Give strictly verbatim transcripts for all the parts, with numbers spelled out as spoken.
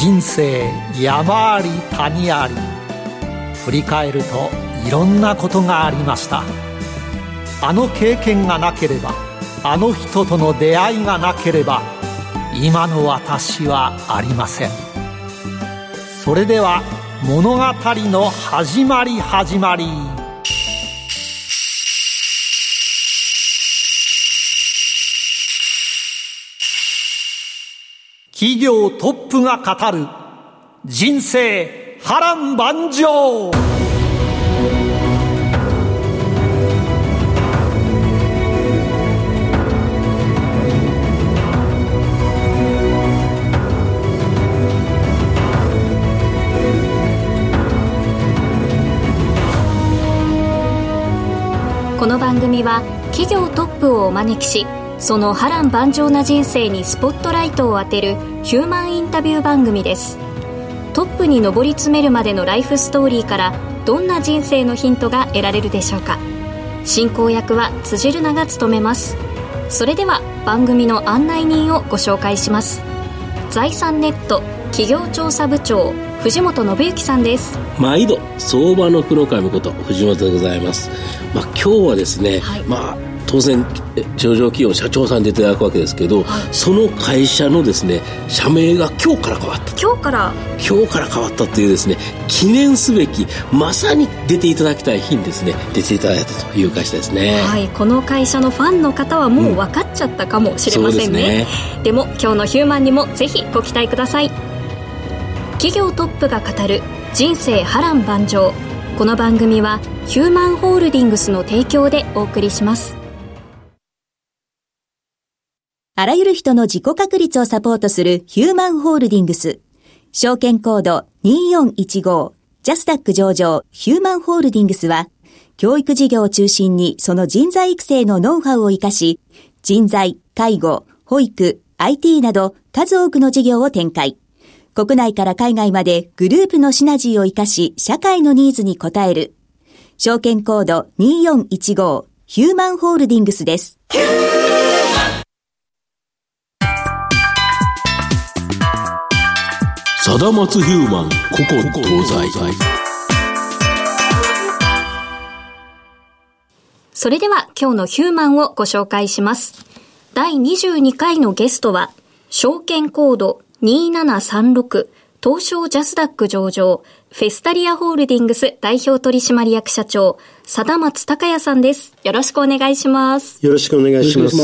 人生山あり谷あり、振り返るといろんなことがありました。あの経験がなければ、あの人との出会いがなければ、今の私はありません。それでは物語の始まり始まり。企業トップが語る人生波乱万丈。 この番組は企業トップをお招きし、その波乱万丈な人生にスポットライトを当てるヒューマンインタビュー番組です。トップに上り詰めるまでのライフストーリーからどんな人生のヒントが得られるでしょうか。進行役は辻るなが務めます。それでは番組の案内人をご紹介します。財産ネット企業調査部長藤本信之さんです。 毎度相場の黒神こと藤本でございます。まあ、今日はですね、はい、まあ当然上場企業の社長さんでいただくわけですけど、はい、その会社のですね社名が今日から変わった今日から今日から変わったというですね、記念すべきまさに出ていただきたい日にですね出ていただいたという会社ですね。 はい、この会社のファンの方はもう分かっちゃったかもしれませんね。うん、そうですね。でも今日のヒューマンにもぜひご期待ください。企業トップが語る人生波乱万丈。この番組はヒューマンホールディングスの提供でお送りします。 あらゆる人の自己確立をサポートするヒューマンホールディングス。証券コードにーよんいちご、ジャスダック上場ヒューマンホールディングスは、教育事業を中心にその人材育成のノウハウを生かし、人材、介護、保育、アイティー など数多くの事業を展開。国内から海外までグループのシナジーを生かし、社会のニーズに応える。証券コードにーよんいちご、ヒューマンホールディングスです。 サダマツヒューマン古今東西。 それでは今日のヒューマンをご紹介します。だいにじゅうにかいのゲストは証券コードにーななさんろく東証ジャスダック上場フェスタリアホールディングス代表取締役社長貞松孝也さんです。よろしくお願いします。 よろしくお願いします。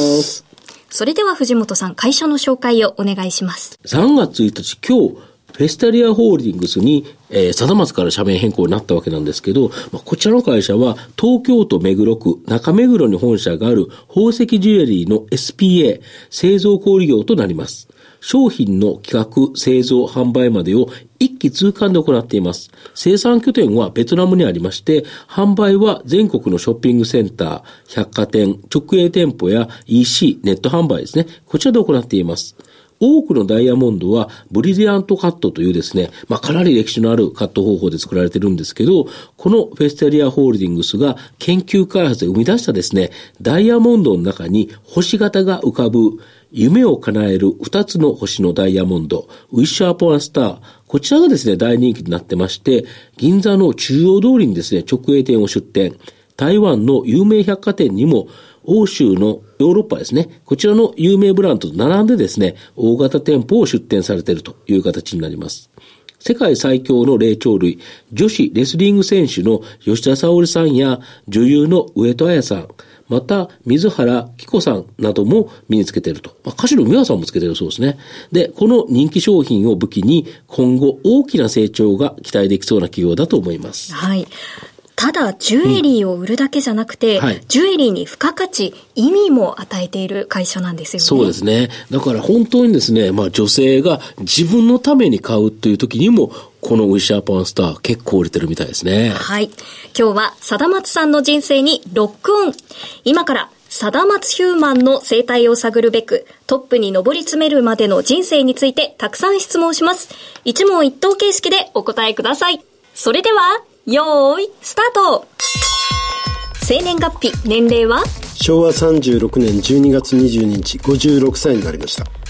それでは藤本さん、会社の紹介をお願いします。 さんがつついたち、今日フェスタリアホールディングスに、えー、貞松から社名変更になったわけなんですけど、まあ、こちらの会社は東京都目黒区中目黒に本社がある宝石ジュエリーの エスピーエー 製造小売業となります。商品の企画、製造、販売までを一気通貫で行っています。生産拠点はベトナムにありまして、販売は全国のショッピングセンター、百貨店、直営店舗や イーシー、ネット販売ですね。こちらで行っています。多くのダイヤモンドはブリリアントカットというですね、まあかなり歴史のあるカット方法で作られているんですけど、このフェスタリアホールディングスが研究開発で生み出したですね、ダイヤモンドの中に星型が浮かぶ夢を叶える二つの星のダイヤモンド、ウィッシュアポンスター、こちらがですね、大人気になってまして、銀座の中央通りにですね、直営店を出店、台湾の有名百貨店にも欧州のヨーロッパですね、こちらの有名ブランドと並んでですね、大型店舗を出店されているという形になります。世界最強の霊長類、女子レスリング選手の吉田沙保里さんや女優の上戸彩さん、また水原希子さんなども身につけていると。まあ、歌手の美和さんもつけているそうですね。で、この人気商品を武器に今後大きな成長が期待できそうな企業だと思います。 はい。ただジュエリーを売るだけじゃなくて、うんはい、ジュエリーに付加価値、意味も与えている会社なんですよね。 そうですね。だから本当にですね、まあ女性が自分のために買うという時にもこのウィッシュアポンスター結構売れてるみたいですね。 はい。今日は貞松さんの人生にロックオン。今から貞松ヒューマンの生態を探るべくトップに上り詰めるまでの人生についてたくさん質問します。一問一答形式でお答えください。それではよーいスタート。生年月日、年齢はしょうわさんじゅうろくねんじゅうにがつにじゅうににちごじゅうろくさいになりました。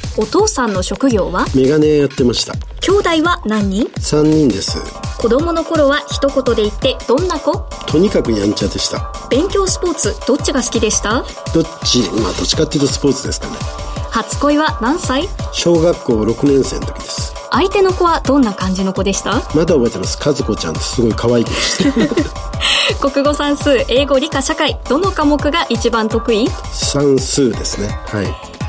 お父さんの職業は？ メガネやってました。 兄弟は何人？ さんにんです。 子供の頃は一言で言ってどんな子？ とにかくやんちゃでした。 勉強スポーツどっちが好きでした？ どっちまあどっちかっていうとスポーツですかね。 初恋は何歳？ 小学校ろくねん生の時です。 相手の子はどんな感じの子でした？ まだ覚えてます。和子ちゃんってすごい可愛い子でした国語算数英語理科社会どの科目が一番得意？ 算数ですね。はい。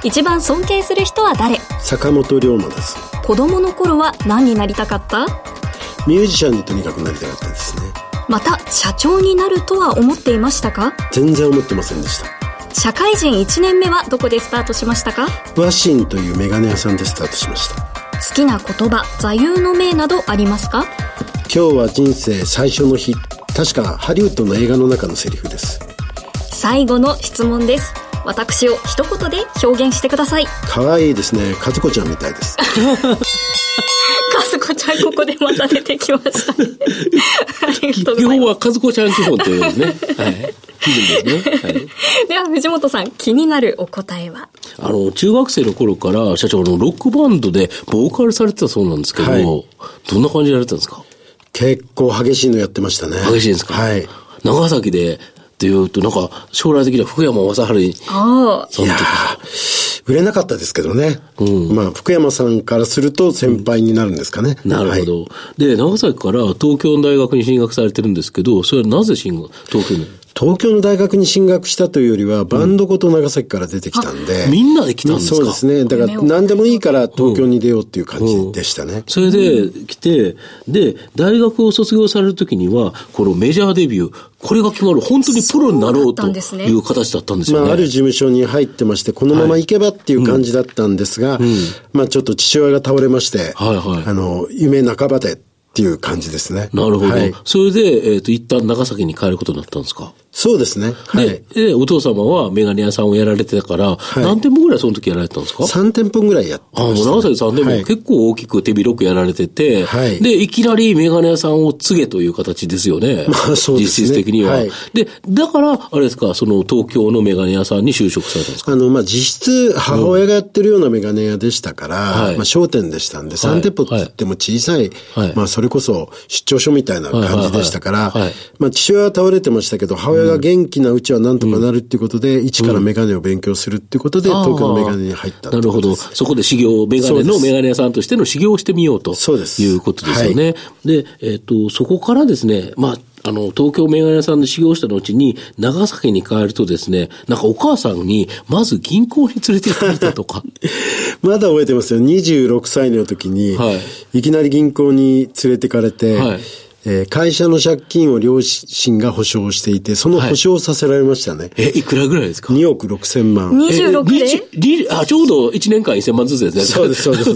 一番尊敬する人は誰？ 坂本龍馬です。 子供の頃は何になりたかった？ ミュージシャンにとにかくなりたかったですね。 また社長になるとは思っていましたか？ 全然思ってませんでした。 社会人いちねんめはどこでスタートしましたか？ ワシンというメガネ屋さんでスタートしました。 好きな言葉座右の銘などありますか？ 今日は人生最初の日。確かハリウッドの映画の中のセリフです。 最後の質問です。私を一言で表現してください。 可愛いですね。和子ちゃんみたいです。 和子ちゃんここでまた出てきましたね。ありがとうございます。 基本は和子ちゃん基本というね。はい。気分ですね。はい。 では藤本さん気になるお答えは？ あの中学生の頃から社長のロックバンドでボーカルされてたそうなんですけど、はい、どんな感じでやられてたんですか？ 結構激しいのやってましたね。 激しいんですか？ はい。 長崎でっていうとなんか将来的には福山雅治にああその時売れなかったですけどね、うん、まあ福山さんからすると先輩になるんですかね、 うん、なるほど、はい、で長崎から東京の大学に進学されてるんですけど、それはなぜ進学東京に？ 東京の大学に進学したというよりはバンドごと長崎から出てきたんで、 うん、みんなで来たんですか？ そうですね。だから何でもいいから東京に出ようっていう感じでしたね、うんうん、 それで来て、で大学を卒業される時にはこのメジャーデビューこれが決まる本当にプロになろうという形だったんですよね。 まあ、ある事務所に入ってましてこのまま行けばっていう感じだったんですが、はいうん、まあちょっと父親が倒れまして、はいはい、あの夢半ばでっていう感じですね。 なるほど。はい、それで、えっと、一旦長崎に帰ることになったんですか？ そうですね。はい。 で、でお父様はメガネ屋さんをやられてたから、はい、何店舗ぐらいその時やられてたんですか？ さん店舗ぐらいやってました、ね。 ああ、もう長崎さん店舗、はい、結構大きく手広くやられてて、はい、で、いきなりメガネ屋さんを継げという形ですよね。 まあそうですね。 実質的には。 はい、 で、だから、あれですか、その東京のメガネ屋さんに就職されたんですか？ あの、まあ実質母親がやってるようなメガネ屋でしたから、うん、まあ商店でしたんで、さん店舗って言っても小さい、はい、まあそれこそ出張所みたいな感じでしたから、まあ父親は倒れてましたけど、母親が元気なうちはなんとかなるっていうことで、うん、一からメガネを勉強するっていうことで、うん、東京のメガネに入ったってことです。なるほど。 そこで修行、メガネのメガネ屋さんとしての修行をしてみようということですよね。はい、で、えっと、そこからですね、まあ、あの、東京メガネ屋さんで修行した後に、長崎に帰るとですね、なんかお母さんに、まず銀行に連れて行かれたとか。 まだ覚えてますよ。にじゅうろくさいの時に、はい、いきなり銀行に連れてかれて、はいえー、会社の借金を両親が保証していて、その保証をさせられましたね。はい、 え、いくらぐらいですか？ におくろくせんまん。 にじゅうろくであ、ちょうどいちねんかんせんまんずつですね。 そうです、そうです。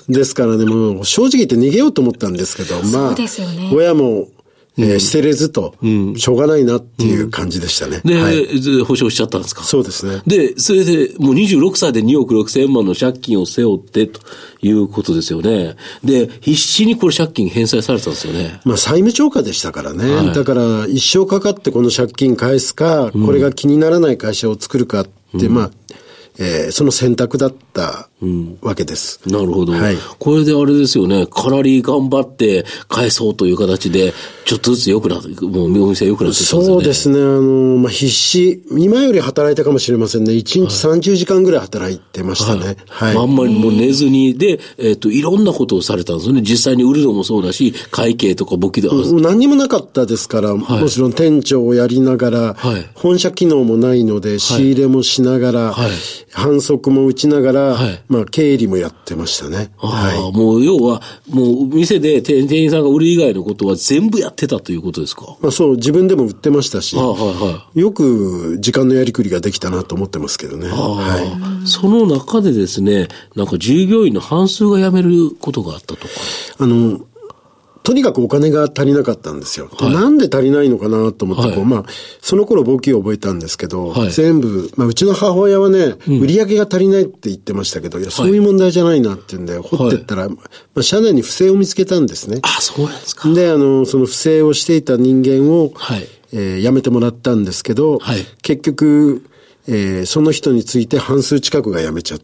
ですからね、もう正直言って逃げようと思ったんですけど、まあ、 そうですよね、 親も、えー、捨てれずと、うん、しょうがないなっていう感じでしたね。 うん、で、 はい、 保証しちゃったんですか？ そうですね。 で、それでもうにじゅうろくさいでにおくろくせんまんの借金を背負ってということですよね。で、必死にこれ借金返済されたんですよね。 まあ債務超過でしたからね。はい、だから一生かかってこの借金返すか、うん、これが気にならない会社を作るかって、うん、まあ、えー、その選択だったわけです、 うん、なるほど、 はい、これであれですよね、かなり頑張って返そうという形でちょっとずつ良くなって、もうお店良くなってきたんですよね。 そうですね、あの、まあ、必死今より働いたかもしれませんね。いちにちさんじゅうじかんぐらい働いてましたね。 はい、はい、あんまりもう寝ずにで、えっといろんなことをされたんですよね。実際に売るのもそうだし、会計とか簿記で、 うん、何にもなかったですから、はい、もちろん店長をやりながら、はい、本社機能もないので仕入れもしながら、はい、反則も打ちながら、はい、まあ経理もやってましたね。 あ、はい、もう要はもう店で店員さんが売る以外のことは全部やってたということですか？ まあそう、自分でも売ってましたし、 あ、はいはい、 よく時間のやりくりができたなと思ってますけどね。 はい、その中でですね、なんか従業員の半数が辞めることがあったとか。 あのとにかくお金が足りなかったんですよ。はい、なんで足りないのかなと思ってこう、はい、まあ、その頃簿記を覚えたんですけど、はい、全部、まあ、うちの母親はね、うん、売り上げが足りないって言ってましたけど、いや、そういう問題じゃないなって言うんで、掘ってったら、はい、まあ、社内に不正を見つけたんですね。 あ、そうなんですか。 で、あの、その不正をしていた人間を、はい、えー、辞めてもらったんですけど、はい、結局、えー、その人について半数近くが辞めちゃった。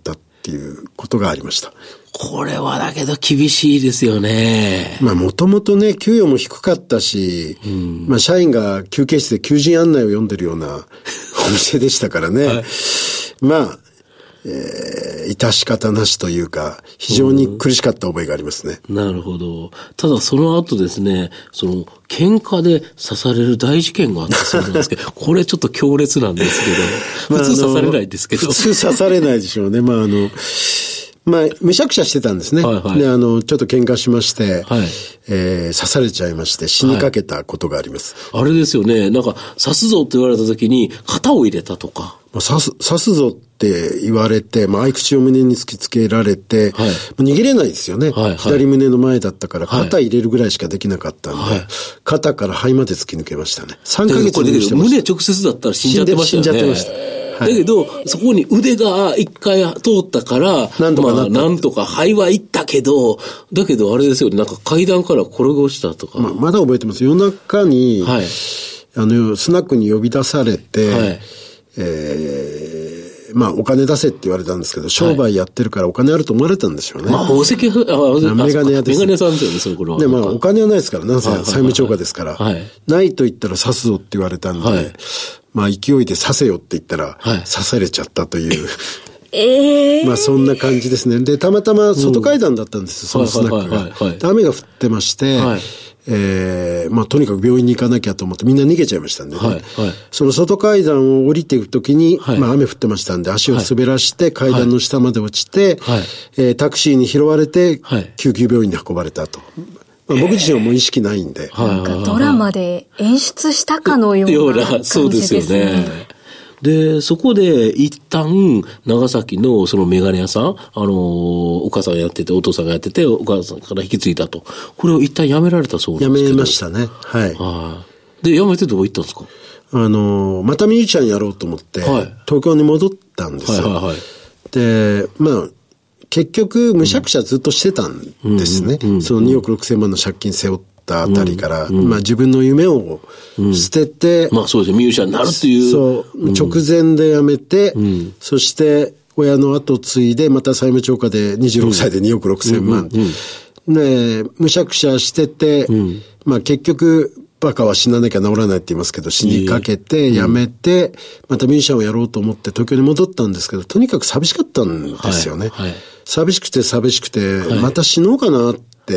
っていうことがありました。 これはだけど厳しいですよね。 まあもともとね、給与も低かったし、うん、まあ社員が休憩室で求人案内を読んでるようなお店でしたからね。はい、まあ、えー、致し方なしというか、非常に苦しかった覚えがありますね。 うん、なるほど。ただその後ですね、その、喧嘩で刺される大事件があったそうなんですけど、これちょっと強烈なんですけど、普通刺されないですけど。 普通刺されないでしょうね。まああの、まあ、むしゃくしゃしてたんですね。はいはい、で、あの、ちょっと喧嘩しまして、はい、えー、刺されちゃいまして、死にかけたことがあります。 はい、あれですよね。なんか、刺すぞって言われた時に、型を入れたとか。 刺す、刺すぞって言われて、まあ、合口を胸に突きつけられて、はい、逃げれないですよね。はいはい、左胸の前だったから、肩入れるぐらいしかできなかったんで、はい、肩から肺まで突き抜けましたね。さんかげつにしてました。 胸直接だったら死んじゃってましたよね。死んじゃってました。はい、だけど、そこに腕が一回通ったから、なんとかなった、まあ、なんとか肺は行ったけど、だけどあれですよね、なんか階段から転げ落ちたとか。 まあ、まだ覚えてます。夜中に、はい、あの、スナックに呼び出されて、はい、えー、まあ、お金出せって言われたんですけど、商売やってるからお金あると思われたんでしょうね。 まあ、宝石、あ、 メガネ屋です。 メガネ屋さんですよね、その頃は。 で、まあ、お金はないですから、なんせ債務超過ですから、はい、ないと言ったら刺すぞって言われたんで、はい、まあ、勢いで刺せよって言ったら、はい、刺されちゃったという。 ええー。 まあ、そんな感じですね。で、たまたま外階段だったんですよ、うん、そのスナックが。はいはいはいはい、雨が降ってまして、はい、えー、まあ、とにかく病院に行かなきゃと思ってみんな逃げちゃいましたんでね。はいはい、その外階段を降りていくときに、はい、まあ、雨降ってましたんで、足を滑らして階段の下まで落ちて、はいはい、えー、タクシーに拾われて、はい、救急病院に運ばれたと。まあ、僕自身はもう意識ないんで。 なんかドラマで演出したかのような感じですね。そうですよね。 で、そこで一旦長崎のそのメガネ屋さん、あの、お母さんがやってて、お父さんがやってて、お母さんから引き継いだと。これを一旦やめられたそうなんですけど。 やめましたね。はい。 はい。で、やめてどこ行ったんですか？ あの、またミュージシャンやろうと思って、はい、東京に戻ったんですよ。はいはいはい、で、まあ、結局、むしゃくしゃずっとしてたんですね。うんうんうんうん、そのにおくろくせんまんの借金背負ったあたりから、うんうん、まあ自分の夢を捨てて、 うん、まあそうですね、ミュージシャンになるっていう。 そう、うん、直前で辞めて、うん、そして親の後継いで、また債務超過でにじゅうろくさいでにおくろくせんまん。うんうんうん、で、むしゃくしゃしてて、うん、まあ結局、バカは死ななきゃ治らないって言いますけど、死にかけて、辞めて、またミュージシャンをやろうと思って東京に戻ったんですけど、とにかく寂しかったんですよね。はいはい、寂しくて寂しくて、はい、また死のうかなって、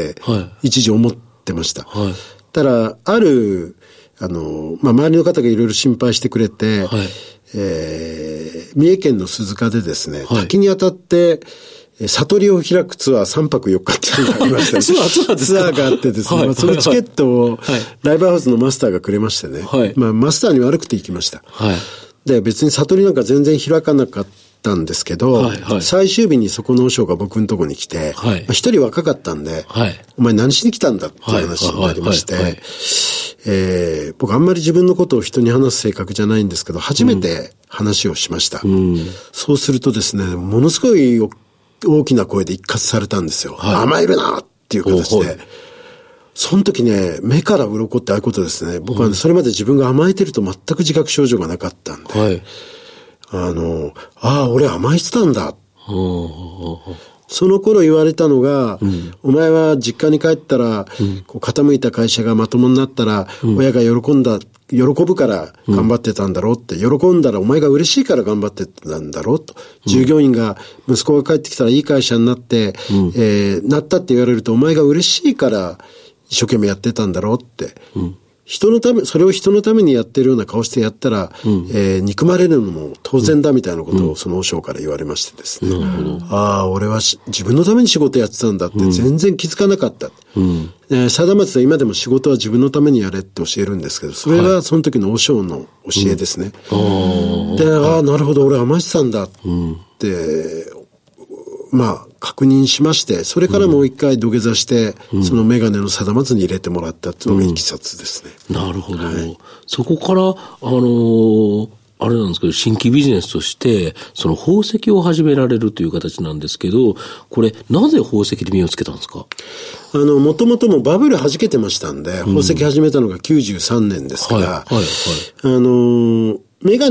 一時思ってました。はい、ただ、ある、あの、まあ、周りの方がいろいろ心配してくれて、はい、えー、三重県の鈴鹿でですね、はい、滝に当たって、悟りを開くツアーさんぱくよっかっていうのがありましたね。ツアー、ツアーですか？ツアーがあってですね、はい、まあ、そのチケットをライブハウスのマスターがくれましてね、はい、まあマスターに悪くて行きました。はい、で、別に悟りなんか全然開かなかったんですけど、はいはい、最終日にそこの和尚が僕のところに来て、はい、まあ、一人若かったんで、はい、お前何しに来たんだっていう話になりまして、えー、僕あんまり自分のことを人に話す性格じゃないんですけど、初めて話をしました。うん、そうするとですね、ものすごい大きな声で一喝されたんですよ。はい、甘えるなっていう形で。その時ね、目から鱗ってああいうことですね。僕は、ね、それまで自分が甘えてると全く自覚症状がなかったんで。はい、あの、ああ、俺甘えてたんだ。その頃言われたのが、うん、お前は実家に帰ったら、うん、こう傾いた会社がまともになったら、うん、親が喜んだ、喜ぶから頑張ってたんだろうって、うん、喜んだらお前が嬉しいから頑張ってたんだろうと、うん、従業員が息子が帰ってきたらいい会社になって、うん、えー、なったって言われるとお前が嬉しいから一生懸命やってたんだろうって、うん、人のため、それを人のためにやってるような顔してやったら、うん、えー、憎まれるのも当然だみたいなことをその和尚から言われましてですね。うん、ああ、俺は自分のために仕事やってたんだって全然気づかなかった。うんえー、貞松は今でも仕事は自分のためにやれって教えるんですけど、それがその時の和尚の教えですね。うん、で、ああ、なるほど、俺甘えてたんだって、うんまあ、確認しまして、それからもう一回土下座して、うん、そのメガネの定松に入れてもらったっていうのがいきさつですね。 うん、なるほど。はい、そこから、あのー、あれなんですけど、新規ビジネスとして、その宝石を始められるという形なんですけど、これ、なぜ宝石で目をつけたんですか？ あの、もともともバブル弾けてましたんで、宝石始めたのがきゅうじゅうさんねんですから、はいはいはい、あのー、メガネって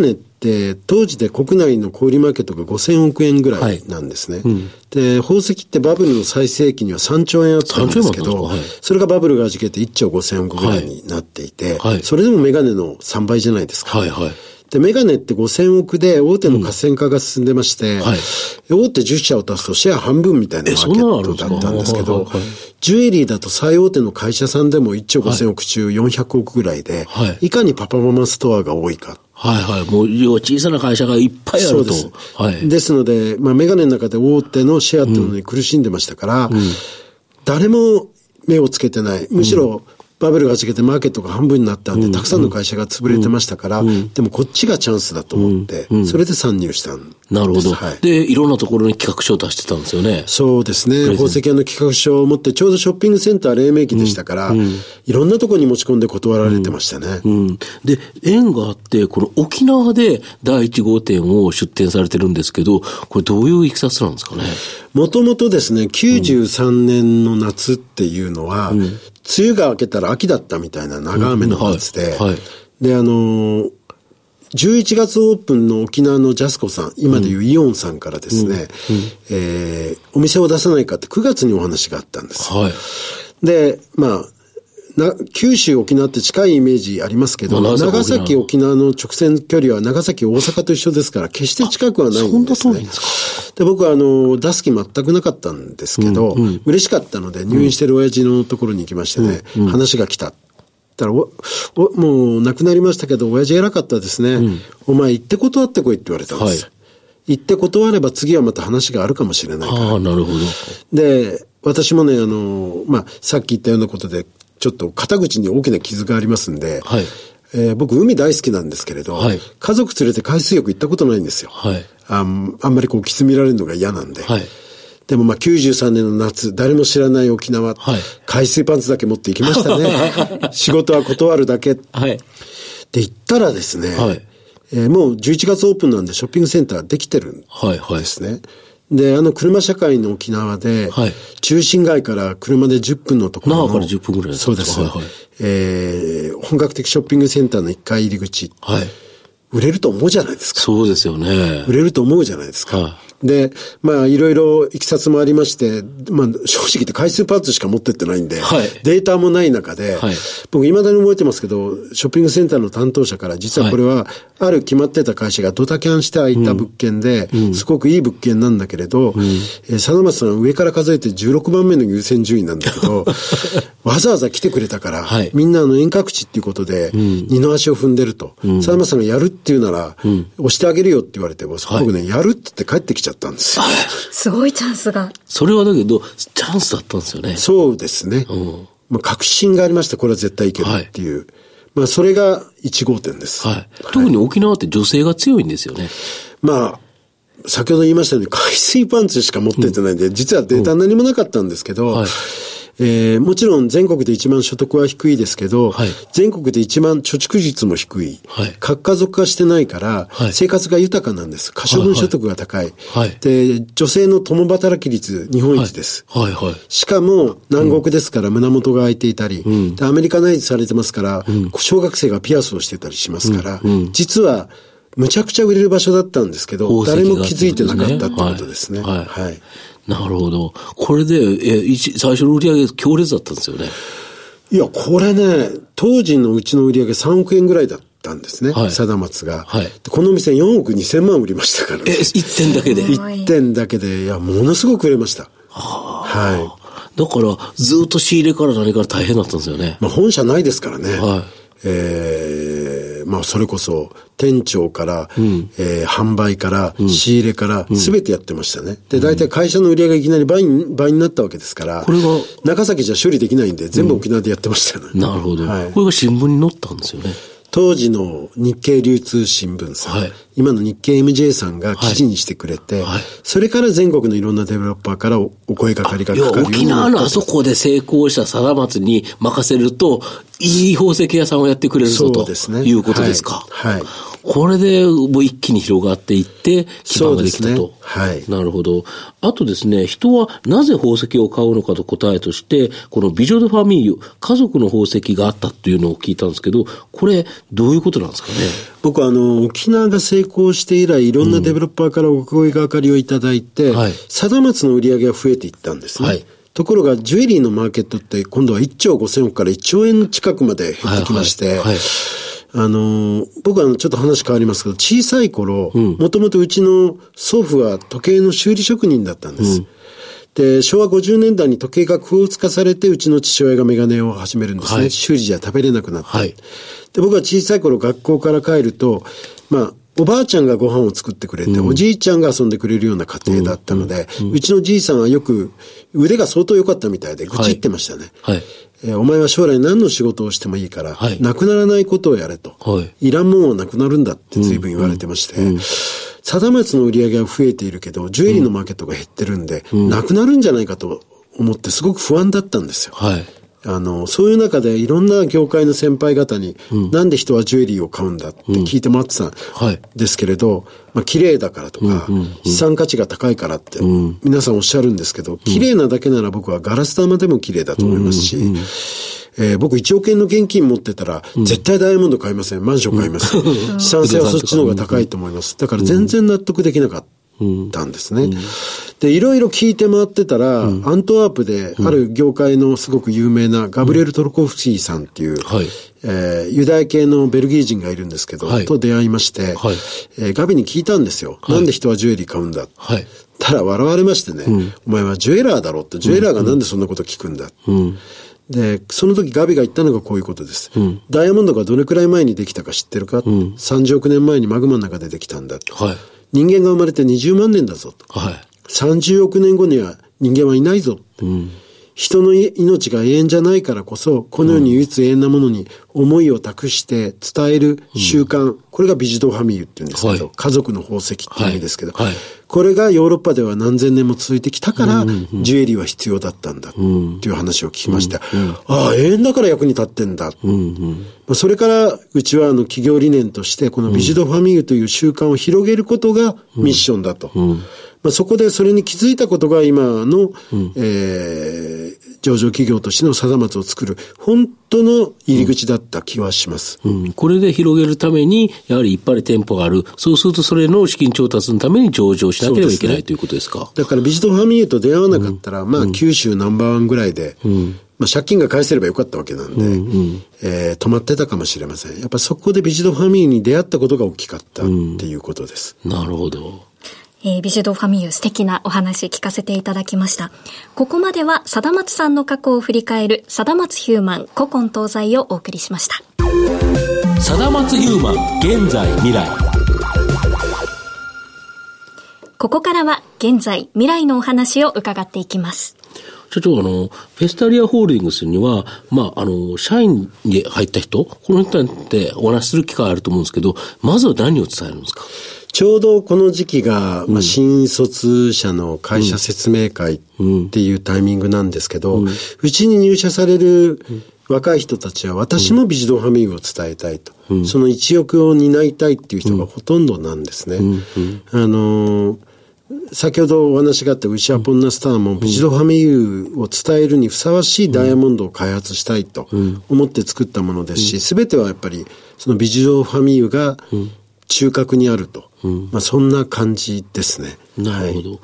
って当時で国内の小売マーケットがごせんおくえんぐらいなんですね、はい、うん、で宝石ってバブルの最盛期にはさんちょうえんあったんですけど、はい、それがバブルがはじけていっちょうごせんおくぐらいになっていて、はいはい、それでもメガネのさんばいじゃないですか、はいはい、でメガネってごせんおくで大手の河川化が進んでまして、うん、はい、大手じゅっしゃを足すとシェア半分みたいなマーケットだったんですけど、はい、ジュエリーだと最大手の会社さんでもいっちょうごせんおく中よんひゃくおくぐらいで、はい、いかにパパママストアが多いか。 はいはい。もう、小さな会社がいっぱいあると。そうです。 はい。ですので、まあ、メガネの中で大手のシェアっていうのに苦しんでましたから、うん、誰も目をつけてない。むしろ、バブルがはじけてマーケットが半分になったんで、うん、たくさんの会社が潰れてましたから、うん、でもこっちがチャンスだと思って、うん、それで参入したんです。 なるほど、はい。で、いろんなところに企画書を出してたんですよね。 そうですね。宝石屋の企画書を持って、ちょうどショッピングセンター黎明期でしたから、うん、いろんなところに持ち込んで断られてましたね。 うんうん、で、縁があって、この沖縄でだいいち号店を出店されてるんですけど、これどういういきさつなんですかね。 もともとですね、きゅうじゅうさんねんの夏っていうのは、うん、梅雨が明けたら秋だったみたいな長雨の夏で、うんはいはい、で、あのー、じゅういちがつオープンの沖縄のジャスコさん、今でいうイオンさんからですね、うんうん、えー、お店を出さないかってくがつにお話があったんです。はい、で、まあ、な九州沖縄って近いイメージありますけど、まあ、長崎沖縄の直線距離は長崎大阪と一緒ですから決して近くはないんですね。そんな遠いんですか。で、僕はあの出す気全くなかったんですけど、うんうん、嬉しかったので入院してる親父のところに行きましてね、うんうん、話が来た。たらおおもう亡くなりましたけど親父偉かったですね、うん、お前行って断ってこいって言われたんです、はい、行って断れば次はまた話があるかもしれないから。 ああ、なるほど。 で、私もね、あの、まあ、さっき言ったようなことでちょっと肩口に大きな傷がありますんで、はい、えー、僕海大好きなんですけれど、はい、家族連れて海水浴行ったことないんですよ、はい、あ, あんまりこうキス見られるのが嫌なんで、はい、でもまあきゅうじゅうさんねんの夏、誰も知らない沖縄、はい、海水パンツだけ持って行きましたね仕事は断るだけ、はい、で行ったらですね、はい、えー、もうじゅういちがつオープンなんでショッピングセンターできてるんですね、はいはい、で、あの車社会の沖縄で、はい、中心街から車でじゅっぷんのところの、 那覇からじゅっぷんぐらいですか。 そうです、はいはい、えー、本格的ショッピングセンターのいっかい入り口、はい、売れると思うじゃないですか。 そうですよね。 売れると思うじゃないですか。はい、で、まあいろいろいきさつもありまして、まあ正直言って回数パーツしか持ってってないんで、はい、データもない中で、はい、僕未だに覚えてますけど、ショッピングセンターの担当者から実はこれはある決まってた会社がドタキャンして空いた物件で、うん、すごくいい物件なんだけれど、うん、えー、佐野松さん上から数えてじゅうろくばんめの優先順位なんだけど、わざわざ来てくれたから、はい、みんなあの遠隔地っていうことで、うん、二の足を踏んでると、うん、佐野松さんがやるっていうなら、うん、押してあげるよって言われて、僕ね、はい、やるって言って帰ってきちゃったんですよ。 すごいチャンスが。 それはだけど、チャンスだったんですよね。 そうですね。うん、まあ、確信がありました。これは絶対いけるっていう。はい、まあ、それがいち号店です。はい。 特に沖縄って女性が強いんですよね。 まあ、先ほど言いましたように、海水パンツしか持ってってないんで、うん、実はデータ何もなかったんですけど、うん、はい、えー、もちろん全国で一番所得は低いですけど、はい、全国で一番貯蓄率も低い。はい、核家族化してないから、はい、生活が豊かなんです。可処分所得が高い。はいはい、で、女性の共働き率日本一です。はいはいはい、しかも南国ですから胸元が開いていたり、うん、でアメリカナイズされてますから、うん、小学生がピアスをしてたりしますから、うんうん、実はむちゃくちゃ売れる場所だったんですけど、誰も気づいてなかったってことですね。はい。はいはい、 なるほど。これで、え、一、最初の売り上げ強烈だったんですよね。 いや、これね、当時のうちの売り上げさんおくえんぐらいだったんですね。はい。貞松が。はい。この店よんおくにせんまん売りましたからね。 え、いってんだけで ? いってんだけで、いや、ものすごく売れました。はあ。はい。 だから、ずっと仕入れから何から大変だったんですよね。 まあ、本社ないですからね。はい。えー、まあそれこそ店長から、うん、えー、販売から、うん、仕入れから全てやってましたね。で、大体会社の売り上げがいきなり倍に、倍になったわけですから、これが長崎じゃ処理できないんで全部沖縄でやってましたね。 うん、なるほど、はい。これが新聞に載ったんですよね。 当時の日経流通新聞さん、はい、今の日経 エムジェー さんが記事にしてくれて、はいはい、それから全国のいろんなデベロッパーからお声掛かりがかかるようになった。 沖縄のあそこで成功した貞松に任せると、いい宝石屋さんをやってくれるぞということですか。はい。はい、 これでもう一気に広がっていって基盤ができたと。 そうですね。はい。 なるほど。あとですね、人はなぜ宝石を買うのかと答えとして、このビジョドファミーユ、家族の宝石があったっていうのを聞いたんですけど、これどういうことなんですかね。 僕はあの、沖縄が成功して以来、いろんなデベロッパーからお声掛かりをいただいて、うんはい、貞松の売り上げが増えていったんですね。はい、ところが、ジュエリーのマーケットって今度はいっちょうごせんおくからいっちょうえん近くまで減ってきまして、はいはいはい、あの、僕はちょっと話変わりますけど、小さい頃、もともとうちの祖父は時計の修理職人だったんです。うん、で、しょうわごじゅうねんだいに時計がクォーツ化されて、うちの父親がメガネを始めるんですね。はい、修理じゃ食べれなくなって、はい。で、僕は小さい頃学校から帰ると、まあ、おばあちゃんがご飯を作ってくれて、うん、おじいちゃんが遊んでくれるような家庭だったので、うんうんうん、うちのじいさんはよく腕が相当良かったみたいで愚痴言ってましたね。はいはいえー、お前は将来何の仕事をしてもいいから、はい、なくならないことをやれと。はい、いらんもんはなくなるんだって随分言われてまして、うんうん、貞松の売り上げは増えているけど、ジュエリーのマーケットが減ってるんで、うん、なくなるんじゃないかと思ってすごく不安だったんですよ。はいあの、そういう中でいろんな業界の先輩方に、うん、なんで人はジュエリーを買うんだって聞いてもらってたんですけれど、うんはいまあ、綺麗だからとか、うんうんうん、資産価値が高いからって皆さんおっしゃるんですけど、綺麗なだけなら僕はガラス玉でも綺麗だと思いますし、うんうんうんえー、僕いちおくえんの現金持ってたら、うん、絶対ダイヤモンド買いません。マンション買います。資産性はそっちの方が高いと思います。だから全然納得できなかった。たんですね。うん、で、いろいろ聞いて回ってたら、うん、アントワープである業界のすごく有名なガブリエル・トルコフスキーさんっていう、うんはいえー、ユダヤ系のベルギー人がいるんですけど、はい、と出会いまして、はいえー、ガビに聞いたんですよ。はい、なんで人はジュエリー買うんだ。はい、たら笑われましてね、うん、お前はジュエラーだろって、ジュエラーがなんでそんなこと聞くんだ。うんで、その時ガビが言ったのがこういうことです。うん、ダイヤモンドがどれくらい前にできたか知ってるか、うん、さんじゅうおくねんまえにマグマの中でできたんだ。はい人間が生まれてにじゅうまんねんだぞと。はい、さんじゅうおくねんごには人間はいないぞ。うん、人の命が永遠じゃないからこそ、このように唯一永遠なものに思いを託して伝える習慣、うん、これがビジドファミーユって言うんですけど、はい、家族の宝石っていう意味ですけど、はいはい、これがヨーロッパでは何千年も続いてきたから、うんうんうん、ジュエリーは必要だったんだっていう話を聞きました。うんうん、ああ、永遠だから役に立ってんだ。うんうんまあ、それからうちはあの企業理念としてこのビジドファミーユという習慣を広げることがミッションだと。うんうんまあ、そこでそれに気づいたことが今の、うんえー、上場企業としての貞松を作る本当の入り口だった気はします、 うんうん、これで広げるためにやはりいっぱい店舗がある。そうするとそれの資金調達のために上場しなければいけない、ね、ということですか。 だからビジドファミーユと出会わなかったら、うん、まあ九州ナンバーワンぐらいで、うんまあ、借金が返せればよかったわけなんで、うんうんえー、止まってたかもしれません。やっぱそこでビジドファミーユに出会ったことが大きかったっていうことです、 うん、なるほど。 えー、ビジドファミーユ素敵なお話聞かせていただきました。ここまでは貞松さんの過去を振り返る貞松ヒューマン古今東西をお送りしました。 貞松ヒューマン現在未来。 ここからは現在未来のお話を伺っていきます。 社長、あの、フェスタリアホールディングスには、まあ、あの、社員に入った人、この人ってお話しする機会あると思うんですけど、まずは何を伝えるんですか？ ちょうどこの時期が、うんまあ、新卒者の会社説明会っていうタイミングなんですけど、うち、うん、に入社される若い人たちは、私もビジドファミーユを伝えたいと、うん、その一翼を担いたいっていう人がほとんどなんですね。うんうん、あのー先ほどお話があったウシアポンナスターもビジドファミーユを伝えるにふさわしいダイヤモンドを開発したいと思って作ったものですし、すべてはやっぱりそのビジドファミーユが中核にあると、まあ、そんな感じですね。 なるほど。はい、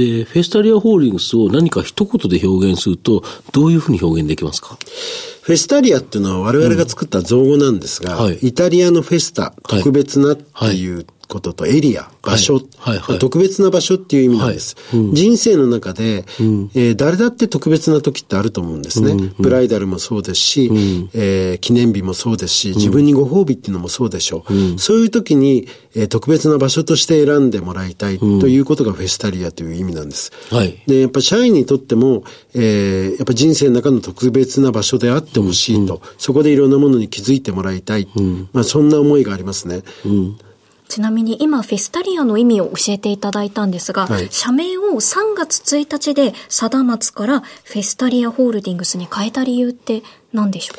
で、フェスタリアホールディングスを何か一言で表現するとどういうふうに表現できますか？ フェスタリアっていうのは我々が作った造語なんですが、うんはい、イタリアのフェスタ、特別なっていうこととエリア、場所、はいはいはい、特別な場所っていう意味なんです。はいうん、人生の中で、うんえー、誰だって特別な時ってあると思うんですね。うんうん、ブライダルもそうですし、うんえー、記念日もそうですし、自分にご褒美っていうのもそうでしょう。うん、そういう時に、えー、特別な場所として選んでもらいたいということがフェスタリアという意味なんです。はい、で、やっぱ社員にとっても、えー、やっぱ人生の中の特別な場所であってほしいと、うん、そこでいろんなものに気づいてもらいたい、うんまあ、そんな思いがありますね。うんちなみに今フェスタリアの意味を教えていただいたんですが、はい、社名をさんがつついたちで貞松からフェスタリアホールディングスに変えた理由って何でしょうか？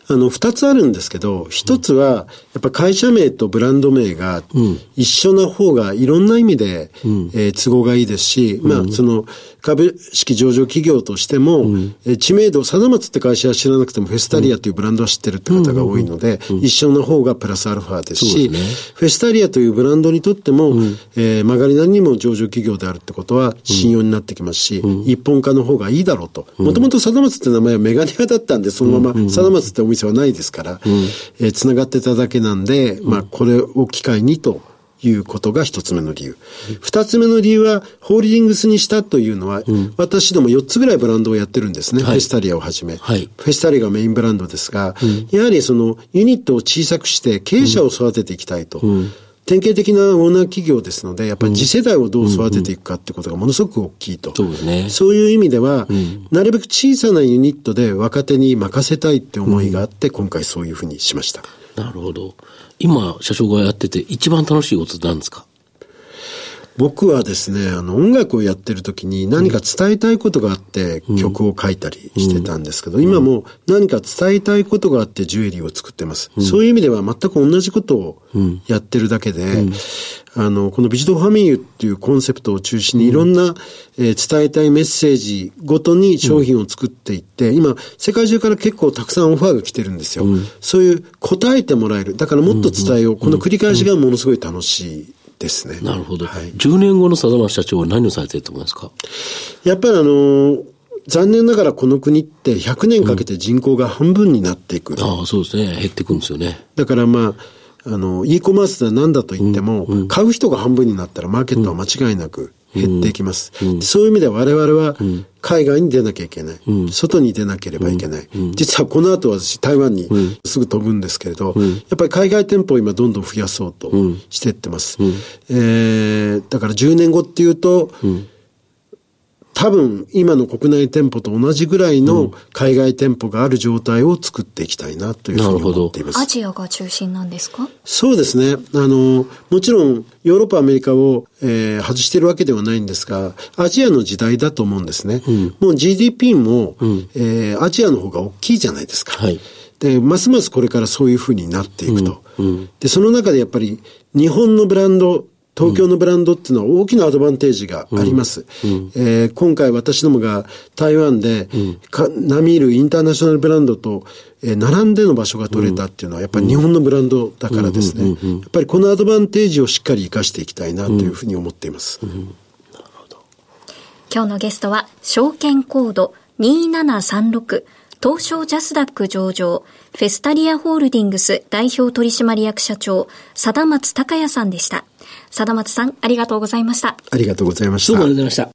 あの、二つあるんですけど、一つは、やっぱ会社名とブランド名が一緒な方がいろんな意味で、うん、えー、都合がいいですし、うん、まあ、その、株式上場企業としても、うん、えー、知名度、貞松って会社は知らなくても、フェスタリアというブランドは知ってるって方が多いので、うんうんうん、一緒の方がプラスアルファですし、ですね、フェスタリアというブランドにとっても、うん、えー、曲がりなりにも上場企業であるってことは信用になってきますし、うん、一本化の方がいいだろうと。もともと貞松って名前はメガネ屋だったんで、そのまま貞松ってお店はないですから、うん、えー、繋がってただけなんで、うん、まあ、これを機会にということが一つ目の理由。二、うん、つ目の理由は、ホールディングスにしたというのは、うん、私どもよっつぐらいブランドをやってるんですね。はい、フェスタリアをはじめ。はい、フェスタリアがメインブランドですが、うん、やはりそのユニットを小さくして経営者を育てていきたいと。うんうん、典型的なオーナー企業ですので、やっぱり次世代をどう育てていくかってことがものすごく大きいと。そうですね。そういう意味では、うん、なるべく小さなユニットで若手に任せたいって思いがあって、うん、今回そういうふうにしました。 なるほど。今、社長がやってて一番楽しいことって何ですか？ 僕はですね、あの、音楽をやってる時に何か伝えたいことがあって曲を書いたりしてたんですけど、うん、今も何か伝えたいことがあってジュエリーを作ってます。うん、そういう意味では全く同じことをやってるだけで、うん、あの、このビジドファミリュっていうコンセプトを中心にいろんな、うん、えー、伝えたいメッセージごとに商品を作っていって、うん、今、世界中から結構たくさんオファーが来てるんですよ。うん、そういう答えてもらえる。だからもっと伝えよう。この繰り返しがものすごい楽しい。ですね。 なるほど。はい、じゅうねんごの貞松社長は何をされていると思いますか？ やっぱりあの、残念ながらこの国ってひゃくねんかけて人口が半分になっていく。うん、 ああ、そうですね。減っていくんですよね。 だからまあ、あの、e コマースで何だと言っても、うんうん、買う人が半分になったらマーケットは間違いなく減っていきます。うんうん、そういう意味で我々は海外に出なきゃいけない。うん、外に出なければいけない。うんうん、実はこの後私台湾にすぐ飛ぶんですけれど、うん、やっぱり海外店舗を今どんどん増やそうとしていってます。うん、えー、だからじゅうねんごっていうと、うん、多分今の国内店舗と同じぐらいの海外店舗がある状態を作っていきたいなというふうに思っています。 アジアが中心なんですか？ そうですね。あの、もちろんヨーロッパ、アメリカを、えー、外してるわけではないんですが、アジアの時代だと思うんですね。うん、もう ジーディーピー も、うん、えー、アジアの方が大きいじゃないですか。はい、で、ますますこれからそういうふうになっていくと。うんうん、で、その中でやっぱり日本のブランド、東京のブランドっていうのは大きなアドバンテージがあります。うんうん、えー、今回私どもが台湾で、うん、か並みいるインターナショナルブランドと、えー、並んでの場所が取れたっていうのはやっぱり日本のブランドだからですね。やっぱりこのアドバンテージをしっかり活かしていきたいなというふうに思っています。うんうん、なるほど。今日のゲストは証券コードにーななさんろく東証ジャスダック上場フェスタリアホールディングス代表取締役社長貞松孝也さんでした。貞松さん、ありがとうございました。 ありがとうございました。 どうもありがとうございました。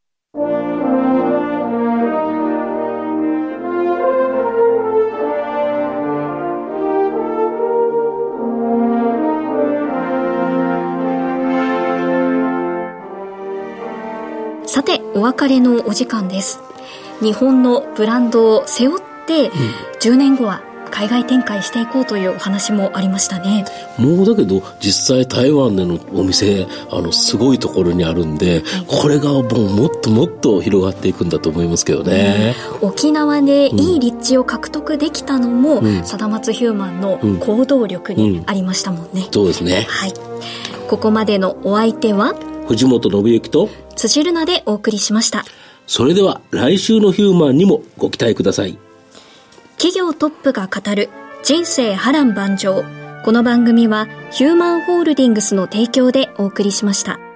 さて、お別れのお時間です。日本のブランドを背負って、うん、じゅうねんごは海外展開していこうというお話もありましたね。 もうだけど実際台湾でのお店あのすごいところにあるんで、はい、これがもうもっともっと広がっていくんだと思いますけどね。 うん、沖縄でいい立地を獲得できたのも、うん、貞松ヒューマンの行動力にありましたもんね。うんうん、 そうですね。 はい。ここまでのお相手は藤本信之と辻るなでお送りしました。 それでは来週のヒューマンにもご期待ください。 企業トップが語る人生波乱万丈。この番組はヒューマンホールディングスの提供でお送りしました。